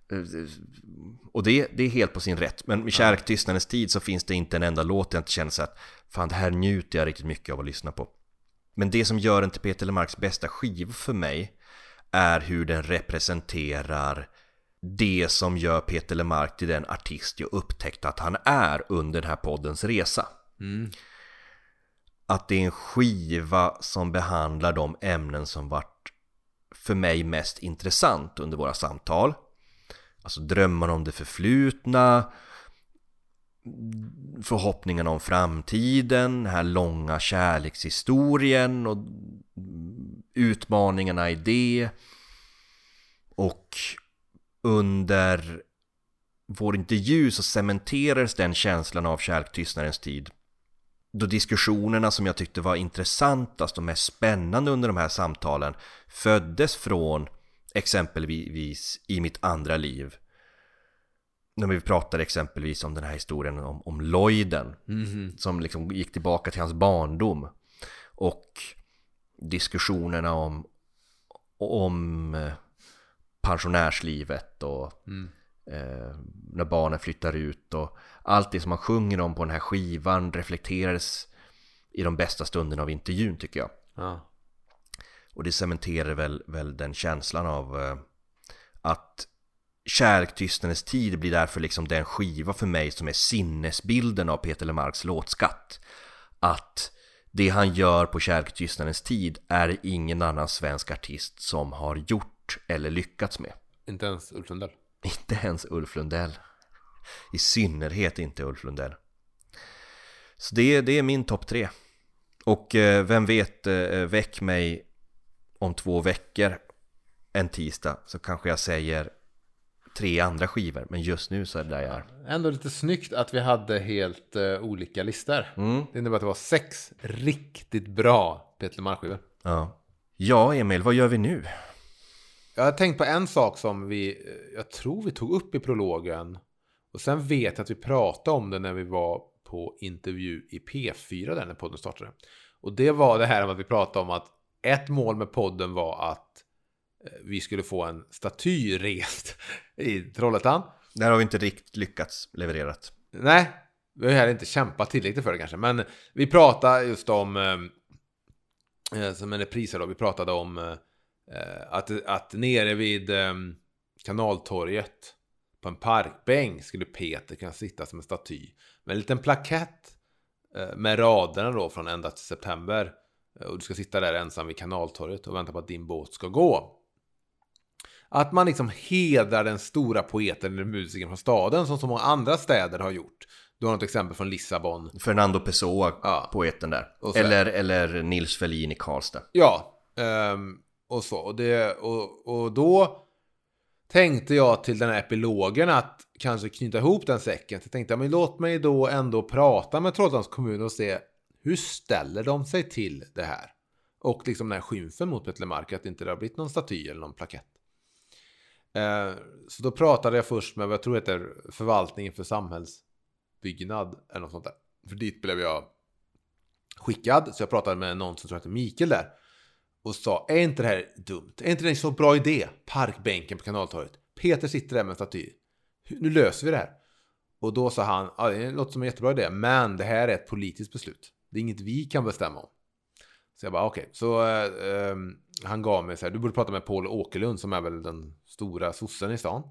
och det, det är helt på sin rätt. Men med Kärlek i tystnadens tid så finns det inte en enda låt jag inte känner så att fan, det här njuter jag riktigt mycket av att lyssna på. Men det som gör den till Peter Lemarks bästa skiva för mig är hur den representerar det som gör Peter Lemark till den artist jag upptäckte att han är under den här poddens resa. Mm. Att det är en skiva som behandlar de ämnen som varit för mig mest intressant under våra samtal. Alltså drömmar om det förflutna, förhoppningarna om framtiden, den här långa kärlekshistorien och utmaningarna i det. Och under vår intervju så cementerades den känslan av Kärlek i tystnadens tid, då diskussionerna som jag tyckte var intressantast och mest spännande under de här samtalen föddes från exempelvis I mitt andra liv. När vi pratade exempelvis om den här historien om, om Lloyden, mm-hmm. som liksom gick tillbaka till hans barndom, och diskussionerna om, om pensionärslivet och mm. eh, när barnen flyttar ut, och allt det som man sjunger om på den här skivan reflekterades i de bästa stunderna av intervjun, tycker jag. Ja. Och det cementerar väl, väl den känslan av eh, att Kärlek i tystnadens tid blir därför liksom den skiva för mig som är sinnesbilden av Peter Lemarks låtskatt. Att det han gör på Kärlek i tystnadens tid är ingen annan svensk artist som har gjort eller lyckats med. Inte ens Ulf Lundell. Inte ens Ulf Lundell. I synnerhet inte Ulf Lundell. Så det, det är min topp tre. Och eh, vem vet, eh, väck mig om två veckor en tisdag så kanske jag säger tre andra skivor. Men just nu så är det där jag är. Ändå lite snyggt att vi hade helt uh, olika listor. Mm. Det innebär att det var sex riktigt bra Peter LeMarc-skivor. Ja. Ja, Emil, vad gör vi nu? Jag har tänkt på en sak som vi, jag tror vi tog upp i prologen. Och sen vet jag att vi pratade om det när vi var på intervju i P fyra där när podden startade. Och det var det här med att vi pratade om att ett mål med podden var att vi skulle få en staty rest i Trollhättan. Där har vi inte riktigt lyckats levererat. Nej, vi har heller inte kämpat tillräckligt för det kanske. Men vi pratade just om, eh, som en repris då, vi pratade om eh, att, att nere vid eh, Kanaltorget på en parkbänk skulle Peter kunna sitta som en staty med en liten plakett eh, med raderna då från ända till september. Och du ska sitta där ensam vid Kanaltorget och vänta på att din båt ska gå. Att man liksom hedrar den stora poeten eller musikern från staden som så många andra städer har gjort. Du har något exempel från Lissabon. Fernando Pessoa, ja. Poeten där. Så eller, eller Nils Ferlin i Karlstad. Ja, um, och så. Och, det, och, och då tänkte jag till den här epilogen att kanske knyta ihop den säcken. Så jag tänkte, men låt mig då ändå prata med Trollhättans kommun och se hur ställer de sig till det här. Och liksom den här skymfen mot Peter LeMarc, att inte det har blivit någon staty eller någon plakett. Uh, så då pratade jag först med vad jag tror heter förvaltningen för samhällsbyggnad eller något sånt där. För dit blev jag skickad. Så jag pratade med någon som tror att det är Mikael där. Och sa, är inte det här dumt? Är inte det en så bra idé? Parkbänken på Kanaltorget. Peter sitter där med en staty. Nu löser vi det här. Och då sa han, ja, det låter som en jättebra idé. Men det här är ett politiskt beslut. Det är inget vi kan bestämma om. Så jag bara, okej. Okay. Så eh, han gav mig så här, du borde prata med Paul Åkerlund som är väl den stora sossen i stan.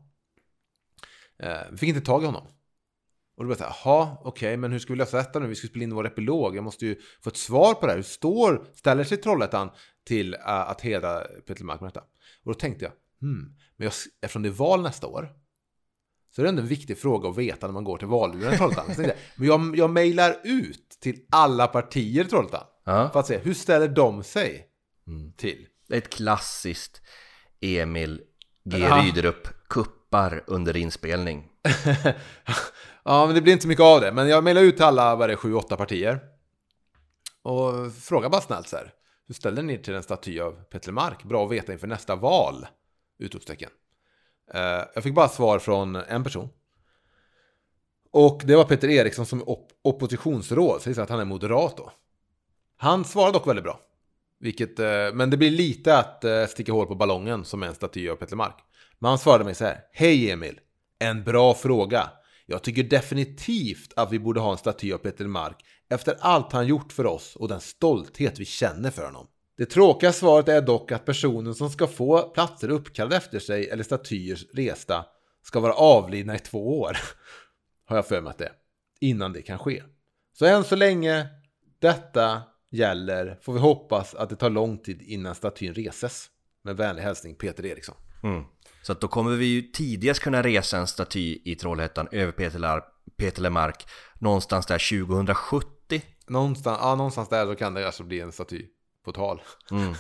Eh, vi fick inte tag i honom. Och då blev jag så här, jaha, okej, okay, men hur ska vi lösa detta nu? Vi ska spela in vår epilog. Jag måste ju få ett svar på det här. Hur står, ställer sig Trollhättan till uh, att hedra Peter LeMarc med detta? Och då tänkte jag, hmm, men jag, eftersom det är val nästa år så är det ändå en viktig fråga att veta när man går till valurnan i Trollhättan. Så jag, men jag, jag mejlar ut till alla partier i Trollhättan Ja. för att se, hur ställer de sig Mm. till? Det är ett klassiskt Emil G. Ja. Ryderup kuppar under inspelning. Ja, men det blir inte så mycket av det. Men jag mejlar ut till alla, vad det är, sju, åtta partier. Och frågar bara snällt så här. Hur ställer ni till en staty av Peter LeMarc? Bra att veta inför nästa val. Utropstecken. Uh, jag fick bara svar från en person. Och det var Peter Eriksson som op- oppositionsråd. Så det är att han är moderat då. Han svarade dock väldigt bra. Vilket, uh, men det blir lite att uh, sticka hål på ballongen som är en staty av Peter LeMarc. Men han svarade mig så här. Hej Emil. En bra fråga. Jag tycker definitivt att vi borde ha en staty av Peter LeMarc efter allt han gjort för oss och den stolthet vi känner för honom. Det tråkiga svaret är dock att personen som ska få platser uppkallade efter sig eller statyer resta ska vara avlidna i två år. Har jag för mig att det är. Innan det kan ske. Så än så länge detta gäller får vi hoppas att det tar lång tid innan statyn reses. Med vänlig hälsning Peter Eriksson. Mm. Så att då kommer vi ju tidigast kunna resa en staty i Trollhättan över Peter, Lar- Peter LeMarc någonstans där tjugohundrasjuttio. Någonstans, ja, någonstans där så kan det alltså bli en staty på tal. Mm.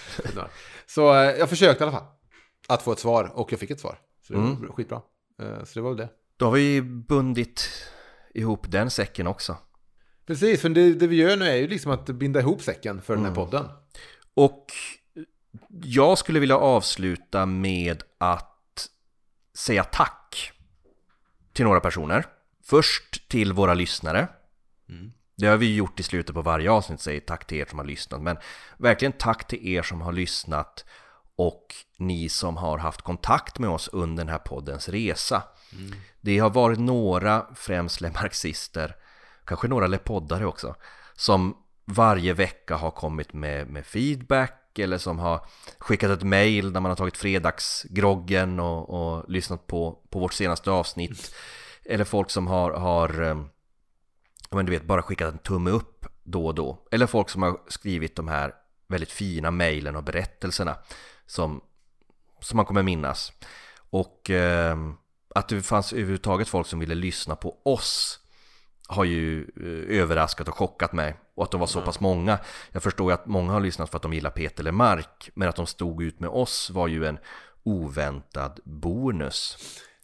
Så eh, jag försökte i alla fall att få ett svar och jag fick ett svar. Så det Mm. var skitbra. Eh, så det var väl det. Då har vi bundit ihop den säcken också. Precis, för det, det vi gör nu är ju liksom att binda ihop säcken för den här podden. Och jag skulle vilja avsluta med att säga tack till några personer. Först till våra lyssnare. Mm. Det har vi gjort i slutet på varje avsnitt, säger tack till er som har lyssnat. Men verkligen tack till er som har lyssnat och ni som har haft kontakt med oss under den här poddens resa. Mm. Det har varit några, främst lemarxister, kanske några lepoddare också, som varje vecka har kommit med, med feedback eller som har skickat ett mejl när man har tagit fredagsgroggen och, och lyssnat på, på vårt senaste avsnitt. Eller folk som har, har men du vet, bara skickat en tumme upp då och då. Eller folk som har skrivit de här väldigt fina mejlen och berättelserna som, som man kommer minnas. Och eh, att det fanns överhuvudtaget folk som ville lyssna på oss har ju eh, överraskat och chockat mig. Och att de var så pass många. Jag förstår ju att många har lyssnat för att de gillar Peter Lemark. Men att de stod ut med oss var ju en oväntad bonus.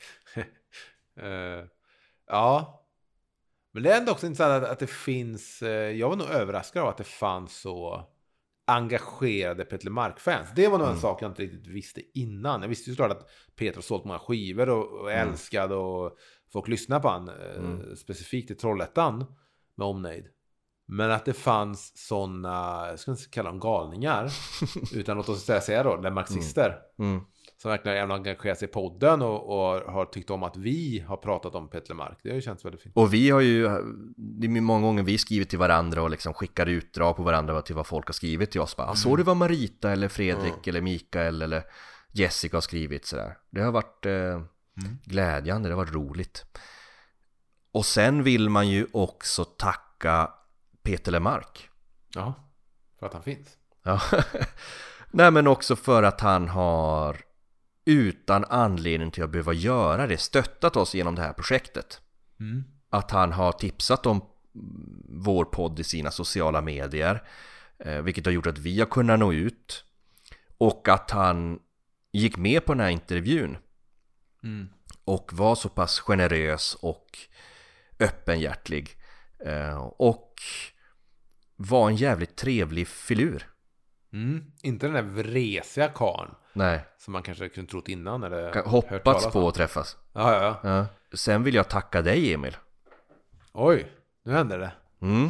uh, ja. Men det är ändå också intressant att, att det finns... Uh, jag var nog överraskad av att det fanns så engagerade Peter Lemark-fans. Det var nog en mm. sak jag inte riktigt visste innan. Jag visste ju såklart att Peter har sålt många skivor och, och mm. älskad och folk lyssnar på han. Mm. Uh, specifikt i Trollhättan med Omnejd. Men att det fanns såna, jag ska inte kalla dem galningar, utan låt oss säga då, marxister. Mm. Mm. Som verkligen även engagerat sig i podden och, och har tyckt om att vi har pratat om Peter Lemark. Det har ju känts väldigt fint. Och vi har ju, det är många gånger vi skrivit till varandra och liksom skickar utdrag på varandra till vad folk har skrivit till oss. Bara, mm. Så det var Marita eller Fredrik mm. eller Mikael eller Jessica har skrivit sådär. Det har varit eh, mm. glädjande, det har varit roligt. Och sen vill man ju också tacka Peter Lemark. Ja, för att han finns. Ja. Nej, men också för att han har utan anledning till att behöva göra det stöttat oss genom det här projektet. Mm. Att han har tipsat om vår podd i sina sociala medier, eh, vilket har gjort att vi har kunnat nå ut. Och att han gick med på den här intervjun mm. och var så pass generös och öppenhjärtlig. Eh, och var en jävligt trevlig filur. Mm. Inte den där vresiga karn. Nej. Som man kanske kunde trott innan. Eller hoppats på att träffas. Ja, ja, ja. Ja. Sen vill jag tacka dig, Emil. Oj, nu händer det. Mm.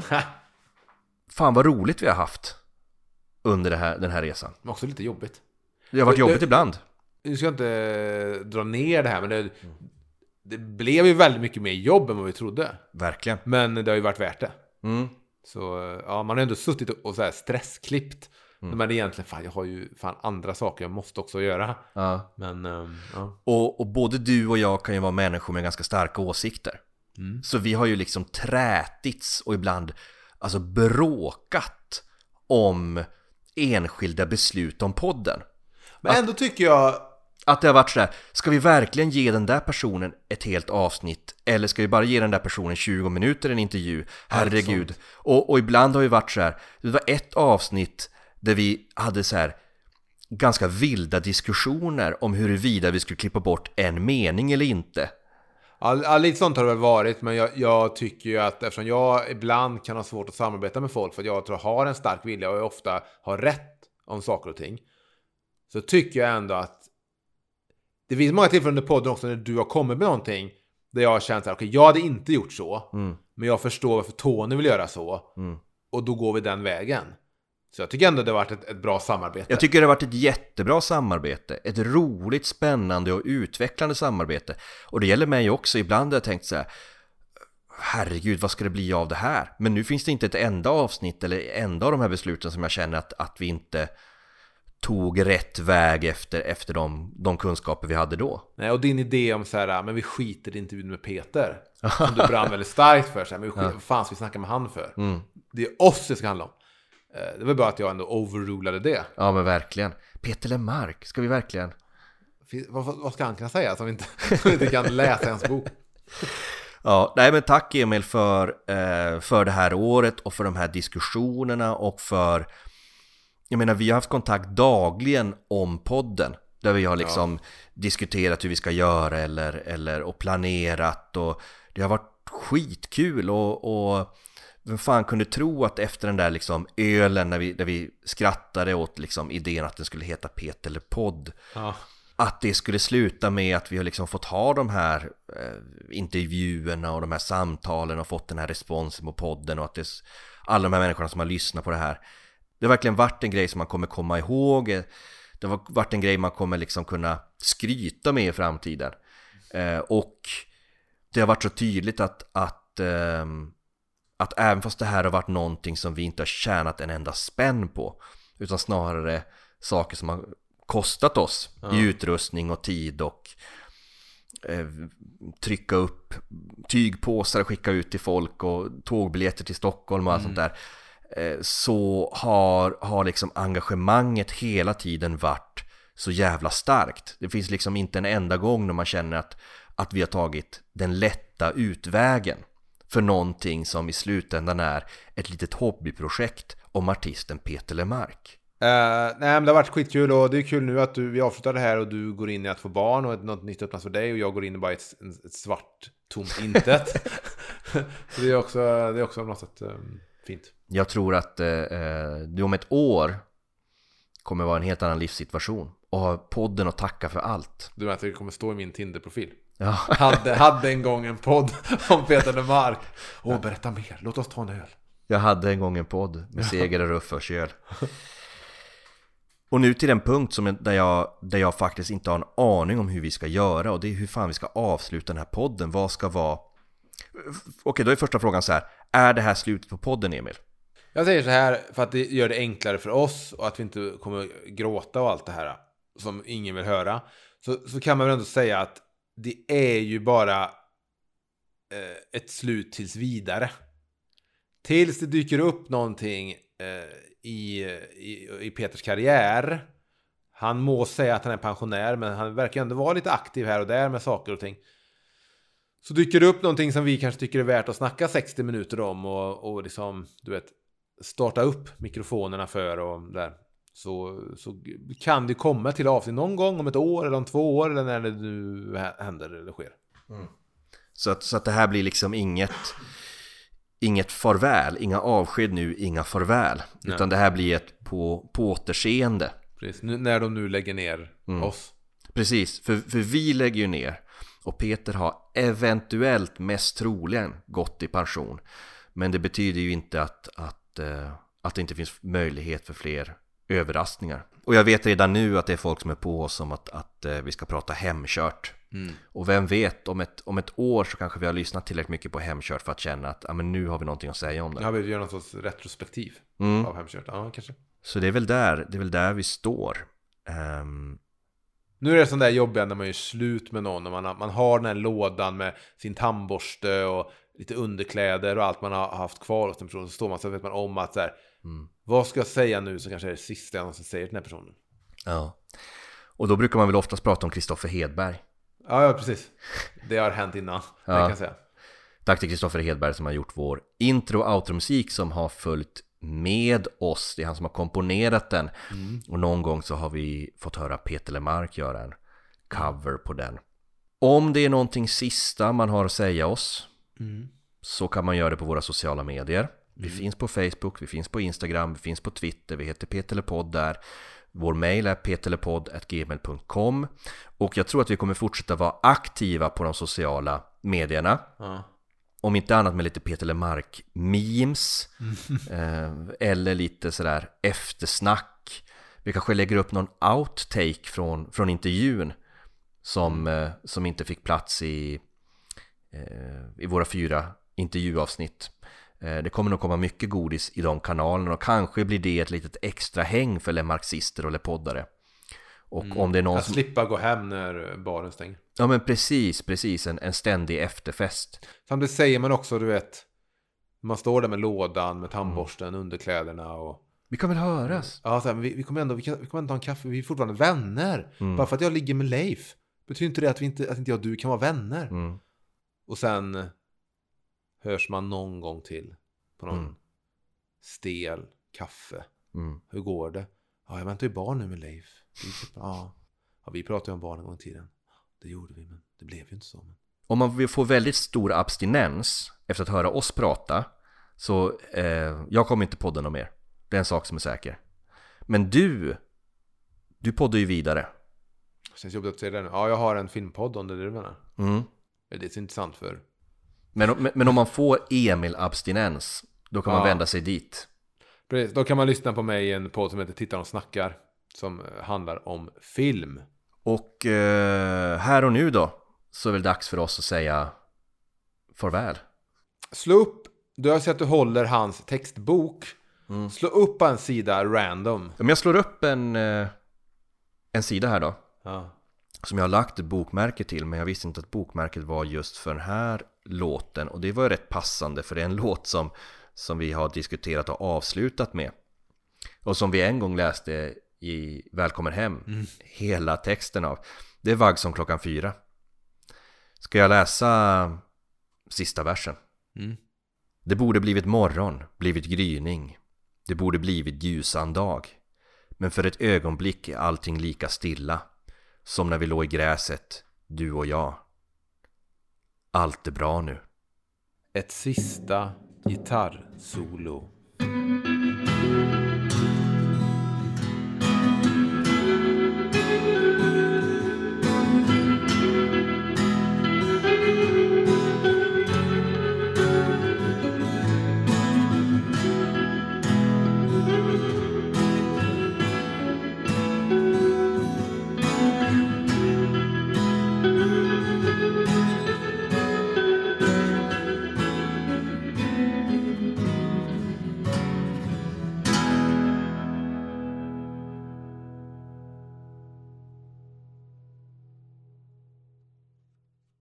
Fan vad roligt vi har haft under det här, den här resan. Men också lite jobbigt. Det har varit det, jobbigt det, ibland. Nu ska jag inte dra ner det här, men det, det blev ju väldigt mycket mer jobb än vad vi trodde. Verkligen. Men det har ju varit värt det. Mm. Så ja, man har ändå suttit och så här stressklippt. Mm. Men egentligen, fan, jag har ju fan andra saker jag måste också göra. Ja. Men, um, ja. och, och både du och jag kan ju vara människor med ganska starka åsikter. Mm. Så vi har ju liksom trätits och ibland alltså bråkat om enskilda beslut om podden. Men ändå tycker jag att det har varit så här, ska vi verkligen ge den där personen ett helt avsnitt eller ska vi bara ge den där personen tjugo minuter en intervju? Herregud. Och, och ibland har ju varit så här, det var ett avsnitt där vi hade så här ganska vilda diskussioner om huruvida vi skulle klippa bort en mening eller inte. Ja, lite sånt har det väl varit, men jag, jag tycker ju att eftersom jag ibland kan ha svårt att samarbeta med folk för att jag tror jag har en stark vilja och jag ofta har rätt om saker och ting, så tycker jag ändå att det finns många tillfällen under podden också när du har kommit med någonting där jag har känt att okay, jag hade inte gjort så, mm. men jag förstår varför Tony vill göra så, mm. och då går vi den vägen. Så jag tycker ändå det har varit ett, ett bra samarbete. Jag tycker det har varit ett jättebra samarbete. Ett roligt, spännande och utvecklande samarbete. Och det gäller mig också. Ibland har jag tänkt så här, herregud, vad ska det bli av det här? Men nu finns det inte ett enda avsnitt eller enda av de här besluten som jag känner att, att vi inte tog rätt väg efter, efter de, de kunskaper vi hade då. Nej, och din idé om så här, men vi skiter i intervjun med Peter som du brann väldigt starkt för. Så här, men vi skiter, ja. Vad fan ska vi snacka med han för? Mm. Det är oss det ska handla om. Det var bara att jag ändå overrulade det. Ja, men verkligen. Peter Lemark, ska vi verkligen... Vad, vad ska han kunna säga som inte, som inte kan läsa hans bok? Ja, nej men tack Emil för, eh, för det här året och för de här diskussionerna och för... Jag menar, vi har haft kontakt dagligen om podden. Där vi har liksom ja. diskuterat hur vi ska göra eller, eller, och planerat. Och det har varit skitkul och... och vem fan kunde tro att efter den där liksom ölen när vi, där vi skrattade åt liksom idén att den skulle heta Peter eller podd, ja. att det skulle sluta med att vi har liksom fått ha de här eh, intervjuerna och de här samtalen och fått den här responsen på podden och att det, alla de här människorna som har lyssnat på det här, det har verkligen varit en grej som man kommer komma ihåg. Det har varit en grej man kommer liksom kunna skryta med i framtiden, eh, och det har varit så tydligt att att eh, att även fast det här har varit någonting som vi inte har tjänat en enda spänn på, utan snarare saker som har kostat oss ja. i utrustning och tid och eh, trycka upp tygpåsar och skicka ut till folk och tågbiljetter till Stockholm och allt mm. sånt där, eh, så har, har liksom engagemanget hela tiden varit så jävla starkt. Det finns liksom inte en enda gång när man känner att att vi har tagit den lätta utvägen för någonting som i slutändan är ett litet hobbyprojekt om artisten Peter Lemark. Uh, nej men det har varit skitkul och det är kul nu att du, vi avslutar det här och du går in i att få barn och något nytt öppnas för dig och jag går in i bara ett, ett svart tomt intet. Så det är också, det är också på något sätt um, fint. Jag tror att uh, du om ett år kommer vara en helt annan livssituation och ha podden att tacka för allt. Du menar att det kommer stå i min Tinder-profil? Ja. hade, hade en gång en podd om Peter Lemark. Åh, berätta mer, låt oss ta en öl. Jag hade en gång en podd med Seger och Ruff och Köl. Och nu till den punkt som jag, där, jag, där jag faktiskt inte har en aning om hur vi ska göra. Och det är hur fan vi ska avsluta den här podden. Vad ska vara... Okej, då är första frågan så här. Är det här slutet på podden, Emil? Jag säger så här för att det gör det enklare för oss och att vi inte kommer gråta och allt det här som ingen vill höra. Så, så kan man väl ändå säga att det är ju bara eh, ett slut tills vidare. Tills det dyker upp någonting eh, i, i, i Peters karriär. Han må säga att han är pensionär, men han verkar ändå vara lite aktiv här och där med saker och ting. Så dyker det upp någonting som vi kanske tycker är värt att snacka sextio minuter om och, och liksom, du vet, starta upp mikrofonerna för och där. Så, så kan det komma till avsnitt någon gång om ett år eller om två år eller när det nu händer eller sker. Mm. Så, att, så att det här blir liksom inget inget farväl, inga avsked nu, inga farväl. Nej. Utan det här blir ett på, på återseende. Precis, nu, när de nu lägger ner mm. oss. Precis, för, för vi lägger ju ner och Peter har eventuellt mest troligen gått i pension. Men det betyder ju inte att, att, uh, att det inte finns möjlighet för fler överraskningar. Och jag vet redan nu att det är folk som är på oss om att, att uh, vi ska prata hemkört. Mm. Och vem vet, om ett, om ett år så kanske vi har lyssnat tillräckligt mycket på hemkört för att känna att ja, men nu har vi någonting att säga om det. Ja, vi gör någon sorts retrospektiv mm. av hemkört. Ja, kanske. Så det är väl där, det är väl där vi står. Um... Nu är det sån där jobbiga när man är slut med någon. När man, man har den här lådan med sin tandborste och lite underkläder och allt man har haft kvar hos den personen. Så står man så vet man om att så här, mm. vad ska jag säga nu som kanske är det sista jag någonsin säger till den här personen. Ja. Och då brukar man väl oftast prata om Kristoffer Hedberg. Ja, ja, precis. Det har hänt innan, ja. Jag kan säga. Tack till Kristoffer Hedberg som har gjort vår intro- och outro-musik som har följt med oss. Det är han som har komponerat den. Mm. Och någon gång så har vi fått höra Peter Lemark göra en cover på den. Om det är någonting sista man har att säga oss mm. så kan man göra det på våra sociala medier. Vi mm. finns på Facebook, vi finns på Instagram, vi finns på Twitter, vi heter Peterlepodd där. Vår mail är peterlepodd at gmail punkt com. Och jag tror att vi kommer fortsätta vara aktiva på de sociala medierna. Ja. Om inte annat med lite Peter Lemark memes eh, eller lite sådär eftersnack. Vi kanske lägger upp någon outtake från, från intervjun som, eh, som inte fick plats i, eh, i våra fyra intervjuavsnitt. Det kommer nog komma mycket godis i de kanalerna och kanske blir det ett litet extra häng för lemarxister och lepoddare. Och mm. om det är någon att som... slippa gå hem när baren stänger. Ja men precis, precis en, en ständig efterfest. Samtidigt säger man också, du vet, man står där med lådan, med tandborsten, mm. underkläderna och... Vi kan väl höras? Ja, så här, vi, vi kommer ändå vi, kan, vi kommer ändå ta en kaffe, vi är fortfarande vänner. Mm. Bara för att jag ligger med Leif betyder inte det att, vi inte, att inte jag och du kan vara vänner. Mm. Och sen hörs man någon gång till på någon mm. stel kaffe. Mm. Hur går det? Ja, jag väntar ju barn nu med Leif. Ja, ja vi pratade ju om barn en gång i tiden. Det gjorde vi, men det blev ju inte så. Om man vill få väldigt stor abstinens efter att höra oss prata så eh, jag kommer inte podda någon mer. Det är en sak som är säker. Men du du poddar ju vidare. Känns jobbigt att säga det nu. Ja, jag har en filmpodd om det, det du menar. Mm. Det är så intressant för... Men, men, men om man får Emil-abstinens då kan ja. man vända sig dit. Precis, då kan man lyssna på mig i en podd som heter Tittar och snackar som handlar om film. Och eh, här och nu då så är det dags för oss att säga farväl. Slå upp, du har sett att du håller hans textbok. Mm. Slå upp på en sida random. Om jag slår upp en, eh, en sida här då ja. som jag har lagt ett bokmärke till, men jag visste inte att bokmärket var just för den här låten. Och det var rätt passande för det är en låt som, som vi har diskuterat och avslutat med. Och som vi en gång läste i Välkommen hem mm. hela texten av. Det är Vagg som klockan fyra. Ska jag läsa sista versen? Mm. Det borde blivit morgon, blivit gryning. Det borde blivit ljusan dag. Men för ett ögonblick är allting lika stilla. Som när vi låg i gräset, du och jag. Allt är bra nu. Ett sista gitarrsolo.